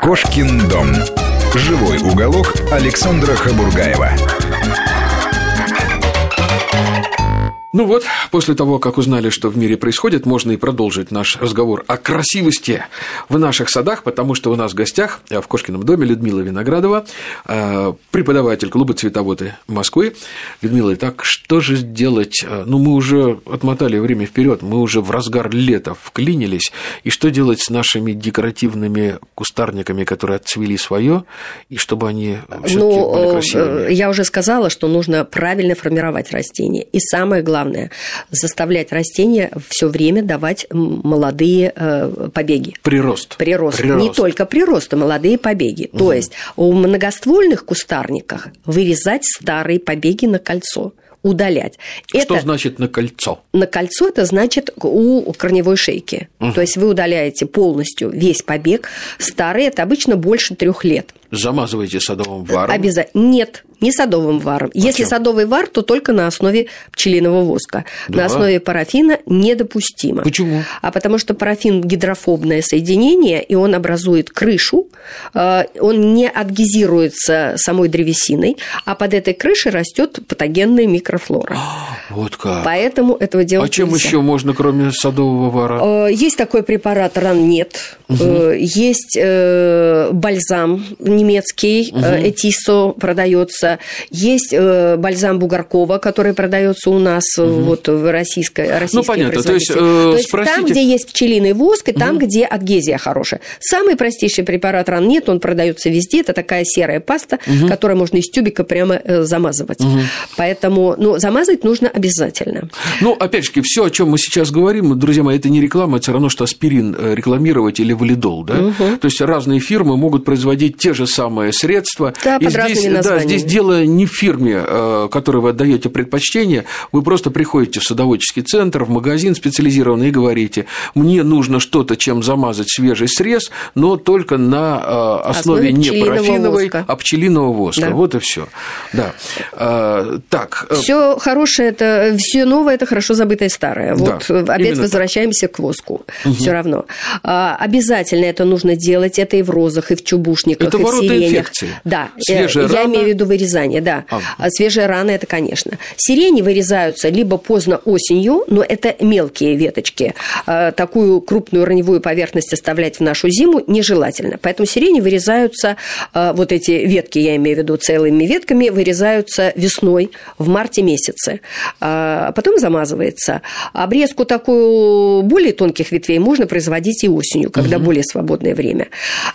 Кошкин дом. Живой уголок Александра Хабургаева. Ну вот, после того, как узнали, что в мире происходит, можно и продолжить наш разговор о красивости в наших садах, потому что у нас в гостях в Кошкином доме Людмила Виноградова, преподаватель клуба «Цветоводы» Москвы. Людмила, итак, что же делать? Ну, мы уже отмотали время вперед, мы уже в разгар лета вклинились, и что делать с нашими декоративными кустарниками, которые отцвели свое, и чтобы они всё-таки были красивыми? Я уже сказала, что нужно правильно формировать растения, и самое главное, заставлять растения все время давать молодые побеги. Прирост. Не только прирост, а молодые побеги. То есть у многоствольных кустарниках вырезать старые побеги на кольцо, удалять. Что значит на кольцо? На кольцо это значит у корневой шейки. То есть вы удаляете полностью весь побег. Старый это обычно больше 3 лет. Замазываете садовым варом? Обязательно. Нет, не садовым варом. Если садовый вар, то только на основе пчелиного воска. Да. На основе парафина недопустимо. Почему? Потому что парафин – гидрофобное соединение, и он образует крышу, он не адгезируется самой древесиной, а под этой крышей растет патогенная микрофлора. Вот как. Поэтому этого делать нельзя. А чем еще можно, кроме садового вара? Есть такой препарат Раннет, есть бальзам немецкий, Этисо продается. Есть бальзам Бугоркова, который продается у нас вот в российской понятно. То есть там, где есть пчелиный воск, и там, где адгезия хорошая. Самый простейший препарат Раннет, он продается везде. Это такая серая паста, которую можно из тюбика прямо замазывать. Поэтому замазать нужно обязательно. Опять же, все, о чем мы сейчас говорим, друзья мои, это не реклама, это все равно, что аспирин рекламировать или валидол. Да? То есть разные фирмы могут производить те же самые средства. Да, под разными названиями. Здесь дело не в фирме, которой вы отдаете предпочтение, вы просто приходите в садоводческий центр, в магазин специализированный и говорите: мне нужно что-то, чем замазать свежий срез, но только на основе не парафиновой, а пчелиного воска. Да. Вот и все. Да. Так. Все хорошее, это все новое, это хорошо забытое старое. Вот опять возвращаемся к воску. Все равно. Обязательно это нужно делать, это и в розах, и в чубушниках, это и в сиренях. Это ворота инфекции. Да. Свежая рана. Я имею в виду вырезание, да. Свежие раны, это, конечно. Сирени вырезаются либо поздно осенью, но это мелкие веточки. Такую крупную раневую поверхность оставлять в нашу зиму нежелательно. Поэтому сирени вырезаются, вот эти ветки, я имею в виду целыми ветками, вырезаются весной, в марте месяце. Потом замазывается. Обрезку такую более тонких ветвей можно производить и осенью, когда более свободное время.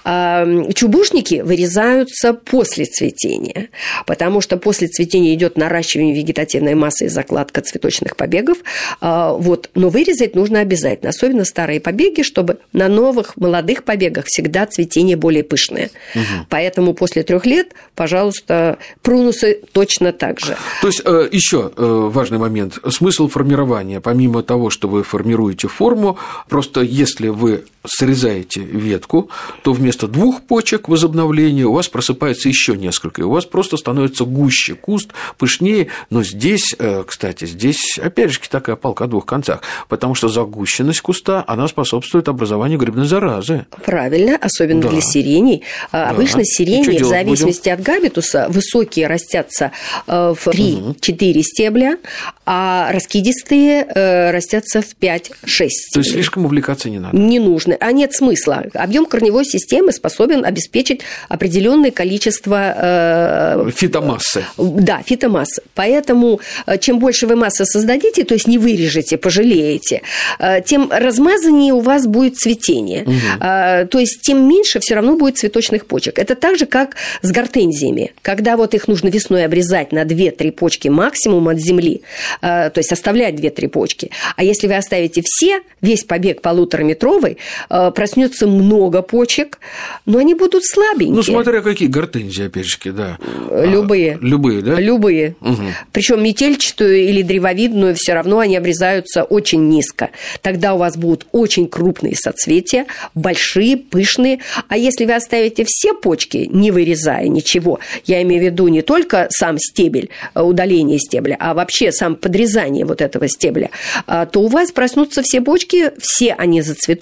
Чубушники вырезаются после цветения, потому что после цветения идет наращивание вегетативной массы и закладка цветочных побегов. Вот. Но вырезать нужно обязательно, особенно старые побеги, чтобы на новых молодых побегах всегда цветение более пышное. Поэтому после 3 лет, пожалуйста, прунусы точно так же. То есть еще важный момент. Смысл формирования, помимо того, что вы формируете форму, просто если вы срезаете ветку, то вместо 2 почек возобновления у вас просыпается еще несколько, и у вас просто становится гуще куст, пышнее. Но здесь, кстати, опять же такая палка о 2 концах, потому что загущенность куста, она способствует образованию грибной заразы. Правильно, особенно для сиреней. Обычно сирени, в зависимости от габитуса, высокие растятся в 3-4 стебля, а раскидистые растятся в 5-6 стеблей. То есть слишком увлекаться не надо? Не нужно, а нет смысла. Объем корневой системы способен обеспечить определенное количество фитомассы. Да, фитомассы. Поэтому чем больше вы массы создадите, то есть не вырежете, пожалеете, тем размазаннее у вас будет цветение. То есть тем меньше все равно будет цветочных почек. Это так же, как с гортензиями. Когда вот их нужно весной обрезать на 2-3 почки максимум от земли, то есть оставлять 2-3 почки. А если вы оставите весь побег 1,5-метровый, проснется много почек, но они будут слабенькие. Смотря какие гортензии, опять же, да. Любые. Любые, да? Любые. Причем метельчатую или древовидную все равно они обрезаются очень низко. Тогда у вас будут очень крупные соцветия, большие, пышные. А если вы оставите все почки, не вырезая ничего, я имею в виду не только сам стебель, удаление стебля, а вообще сам подрезание вот этого стебля, то у вас проснутся все почки, все они зацветут, но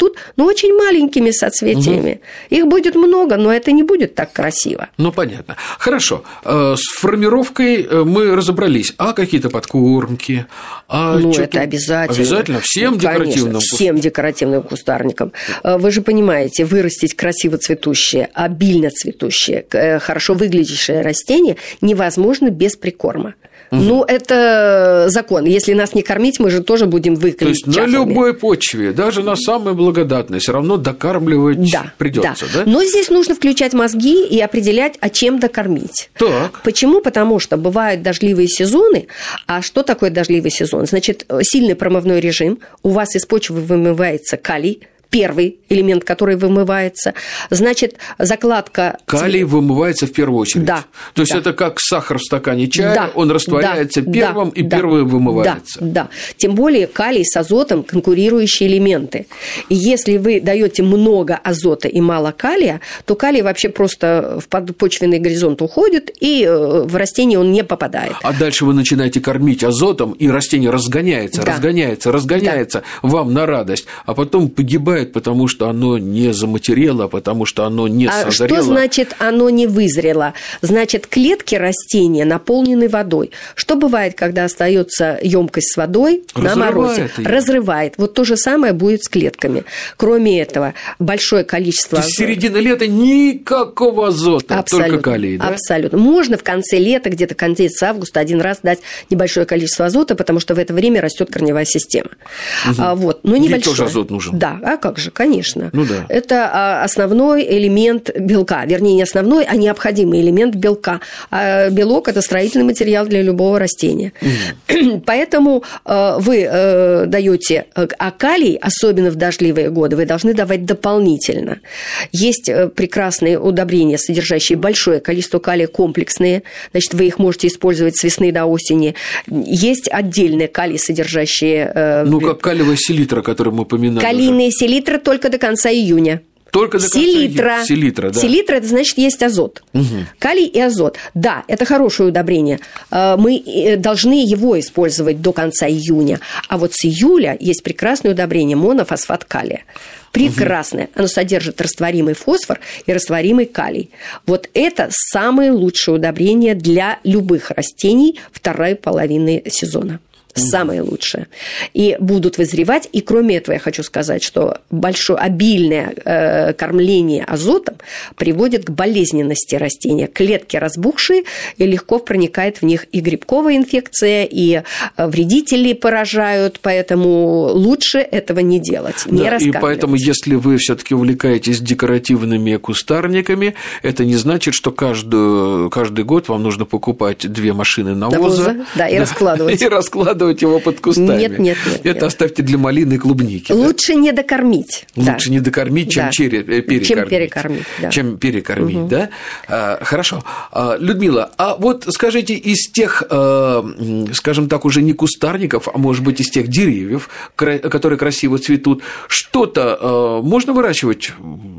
очень маленькими соцветиями. Их будет много, но это не будет так красиво. Ну, понятно. Хорошо. С формировкой мы разобрались. А какие-то подкормки? Это обязательно. Обязательно? Всем декоративным? Конечно, всем декоративным кустарникам. Вы же понимаете, вырастить красиво цветущее, обильно цветущее, хорошо выглядящее растение невозможно без прикорма. Ну, это закон. Если нас не кормить, мы же тоже будем выглядеть чахлыми. То есть на любой почве, даже на самой благодатной, все равно докармливать придется, да? Но здесь нужно включать мозги и определять, а чем докормить. Так. Почему? Потому что бывают дождливые сезоны. А что такое дождливый сезон? Значит, сильный промывной режим, у вас из почвы вымывается калий, первый элемент, который вымывается. Значит, закладка... Калий вымывается в первую очередь. Да. То есть это как сахар в стакане чая, он растворяется первым и первым вымывается. Да. Тем более калий с азотом конкурирующие элементы. И если вы даете много азота и мало калия, то калий вообще просто в подпочвенный горизонт уходит, и в растение он не попадает. А дальше вы начинаете кормить азотом, и растение разгоняется, разгоняется вам на радость, а потом погибает, потому что оно не заматерело, потому что оно не созрело. Что значит оно не вызрело? Значит, клетки растения наполнены водой. Что бывает, когда остается емкость с водой на морозе? Разрывает. Вот то же самое будет с клетками. Кроме этого, большое количество... То есть с середины лета никакого азота, только калий, да? Абсолютно. Можно в конце лета, где-то конец августа, один раз дать небольшое количество азота, потому что в это время растет корневая система. Но небольшое. Ей тоже азот нужен. Да, как же, конечно. Ну, да. Это основной элемент белка. Вернее, не основной, а необходимый элемент белка. А белок – это строительный материал для любого растения. Поэтому вы даете калий, особенно в дождливые годы, вы должны давать дополнительно. Есть прекрасные удобрения, содержащие большое количество калия, комплексные. Значит, вы их можете использовать с весны до осени. Есть отдельные калий, содержащие... как калиевая селитра, которую мы упоминали. Калийные селитры только до конца июня. Только до конца июня. Селитра, да. Селитра – это значит, есть азот. Калий и азот. Да, это хорошее удобрение. Мы должны его использовать до конца июня. А вот с июля есть прекрасное удобрение – монофосфат калия. Прекрасное. Оно содержит растворимый фосфор и растворимый калий. Вот это самое лучшее удобрение для любых растений второй половины сезона. Самое лучшее. И будут вызревать. И кроме этого я хочу сказать, что большое обильное кормление азотом приводит к болезненности растения. Клетки разбухшие, и легко проникает в них и грибковая инфекция, и вредители поражают, поэтому лучше этого не делать, не раскармливать. И поэтому, если вы все-таки увлекаетесь декоративными кустарниками, это не значит, что каждый год вам нужно покупать 2 машины навоза. И раскладывать. И раскладывать его под кустами. Нет. Это оставьте для малины и клубники. Лучше не докормить. Лучше не докормить, чем перекормить. Чем перекормить, да? Хорошо. Людмила, а вот скажите, из тех, скажем так, уже не кустарников, а может быть, из тех деревьев, которые красиво цветут, что-то можно выращивать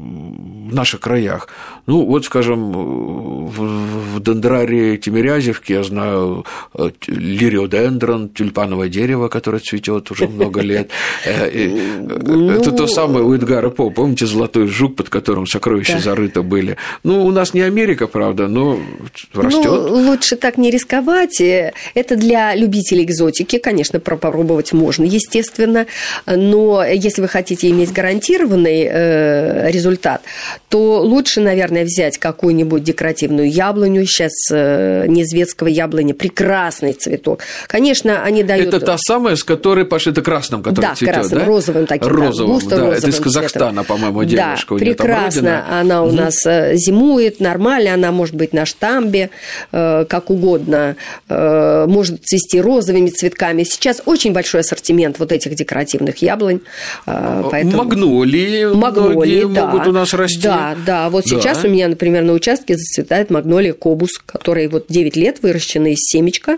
в наших краях? Ну, вот, скажем, в дендрарии Тимирязевки, я знаю, лириодендрон, тюльпановое дерево, которое цветет уже много лет. Это то самое у Эдгара По, помните, золотой жук, под которым сокровища зарыты были? Ну, у нас не Америка, правда, но растет. Лучше так не рисковать. Это для любителей экзотики, конечно, попробовать можно, естественно, но если вы хотите иметь гарантированный результат, то лучше, наверное, взять какую-нибудь декоративную яблоню. Сейчас неизвестского яблони прекрасный цветок. Конечно, они дают... Это та самая, с которой пошито красным, который цветет, красным, розовым таким. Розовым, да. Это из Казахстана, по-моему, девушка. Да, прекрасно. Она у нас зимует, нормально. Она может быть на штамбе, как угодно. Может цвести розовыми цветками. Сейчас очень большой ассортимент вот этих декоративных яблонь. Магнолии многие могут у нас расти. Да. Вот сейчас у меня, например, на участке зацветает магнолия кобус, который вот 9 лет выращена из семечка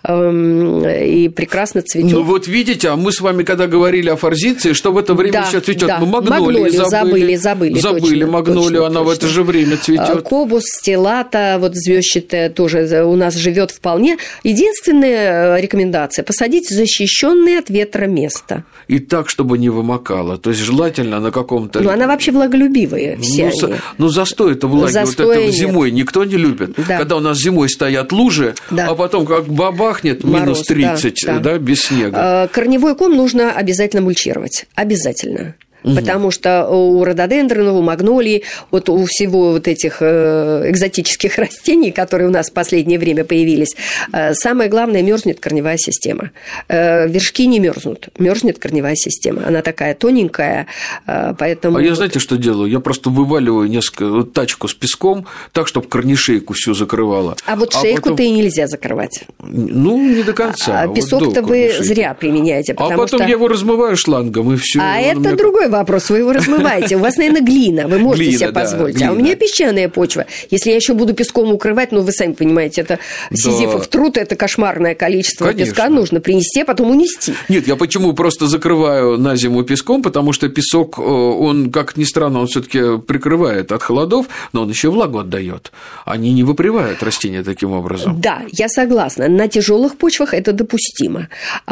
и прекрасно цветет. Ну вот видите, а мы с вами когда говорили о форзиции, что в это время еще цветет. Мы магнолию забыли магнолию, она в это же время цветет. Кобус, стеллата, вот звездчатая тоже у нас живет вполне. Единственная рекомендация – посадить в защищенное от ветра место. И так, чтобы не вымокало. То есть желательно на каком-то. Ну, она вообще влаголюбивая, все они. Ну, застой это влаги, вот это зимой никто не любит. Да. Когда у нас зимой стоят лужи, а потом как бабахнет минус 30, без снега. Корневой ком нужно обязательно мульчировать. Обязательно. Потому что у рододендронов, у магнолий, вот у всего вот этих экзотических растений, которые у нас в последнее время появились, самое главное, мерзнет корневая система. Вершки не мерзнут, мерзнет корневая система. Она такая тоненькая, поэтому... А я знаете, что делаю? Я просто вываливаю тачку с песком так, чтобы корнишейку всю закрывала. А вот шейку-то и нельзя закрывать. Ну, не до конца. Песок-то вы зря применяете. А потом я его размываю шлангом, и все. А это другой вопрос, вы его размываете. У вас, наверное, глина, вы можете себе позволить. А у меня песчаная почва. Если я еще буду песком укрывать, ну, вы сами понимаете, это сизифов труд, это кошмарное количество песка нужно принести, а потом унести. Нет, я почему просто закрываю на зиму песком, потому что песок, он, как ни странно, он все-таки прикрывает от холодов, но он еще влагу отдает. Они не выпривают растения таким образом. Да, я согласна. На тяжелых почвах это допустимо.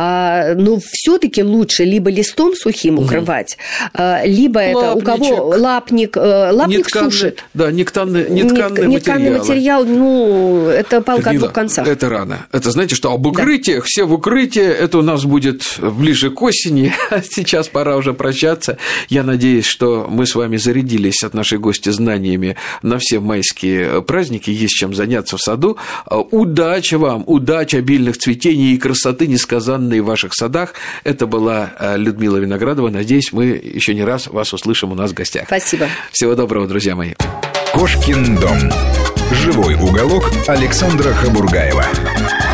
Но все-таки лучше либо листом сухим укрывать, либо это у кого лапник сушит. Да, нетканный материал. Ну, это палка о двух концах. Это рано. Это, знаете, что об укрытиях, все в укрытии, это у нас будет ближе к осени, сейчас пора уже прощаться. Я надеюсь, что мы с вами зарядились от нашей гости знаниями на все майские праздники, есть чем заняться в саду. Удачи вам, удачи, обильных цветений и красоты несказанной в ваших садах. Это была Людмила Виноградова. Надеюсь, мы еще не раз вас услышим у нас в гостях. Спасибо. Всего доброго, друзья мои. Кошкин дом. Живой уголок Александра Хабургаева.